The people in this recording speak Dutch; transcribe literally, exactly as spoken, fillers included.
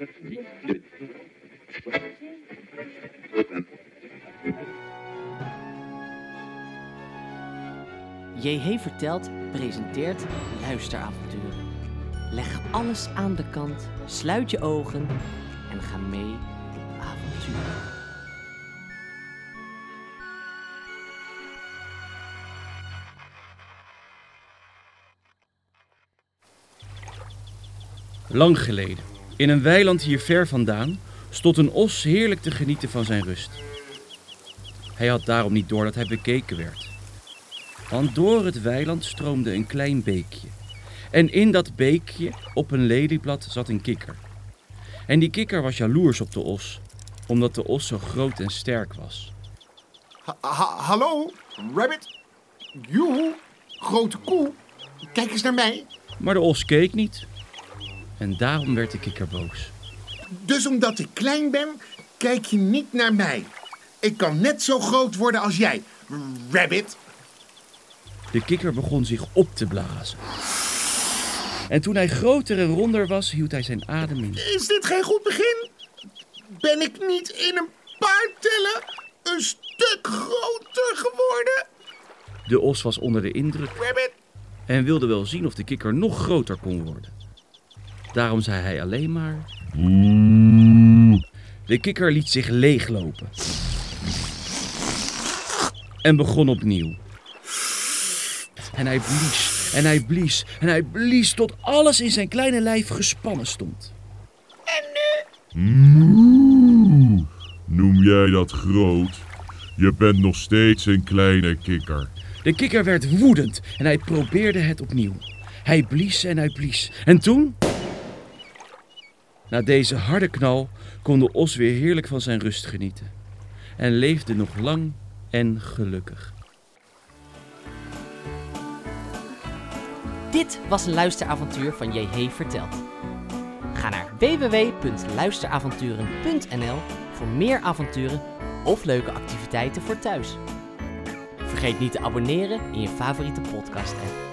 J H Vertelt presenteert luisteravonturen. Leg alles aan de kant, sluit je ogen en ga mee op avontuur. Lang geleden, in een weiland hier ver vandaan, stond een os heerlijk te genieten van zijn rust. Hij had daarom niet door dat hij bekeken werd. Want door het weiland stroomde een klein beekje. En in dat beekje, op een lelieblad, zat een kikker. En die kikker was jaloers op de os, omdat de os zo groot en sterk was. Ha- ha- hallo, rabbit? Joe, grote koe. Kijk eens naar mij. Maar de os keek niet. En daarom werd de kikker boos. Dus omdat ik klein ben, kijk je niet naar mij. Ik kan net zo groot worden als jij, rabbit. De kikker begon zich op te blazen. En toen hij groter en ronder was, hield hij zijn adem in. Is dit geen goed begin? Ben ik niet in een paar tellen een stuk groter geworden? De os was onder de indruk Rabbit? en wilde wel zien of de kikker nog groter kon worden. Daarom zei hij alleen maar... De kikker liet zich leeglopen. En begon opnieuw. En hij blies, en hij blies, en hij blies tot alles in zijn kleine lijf gespannen stond. En nu? Moe, noem jij dat groot? Je bent nog steeds een kleine kikker. De kikker werd woedend en hij probeerde het opnieuw. Hij blies en hij blies. En toen... Na deze harde knal kon de os weer heerlijk van zijn rust genieten. En leefde nog lang en gelukkig. Dit was een luisteravontuur van J H Vertelt. Ga naar w w w punt luisteravonturen punt n l voor meer avonturen of leuke activiteiten voor thuis. Vergeet niet te abonneren in je favoriete podcast-app.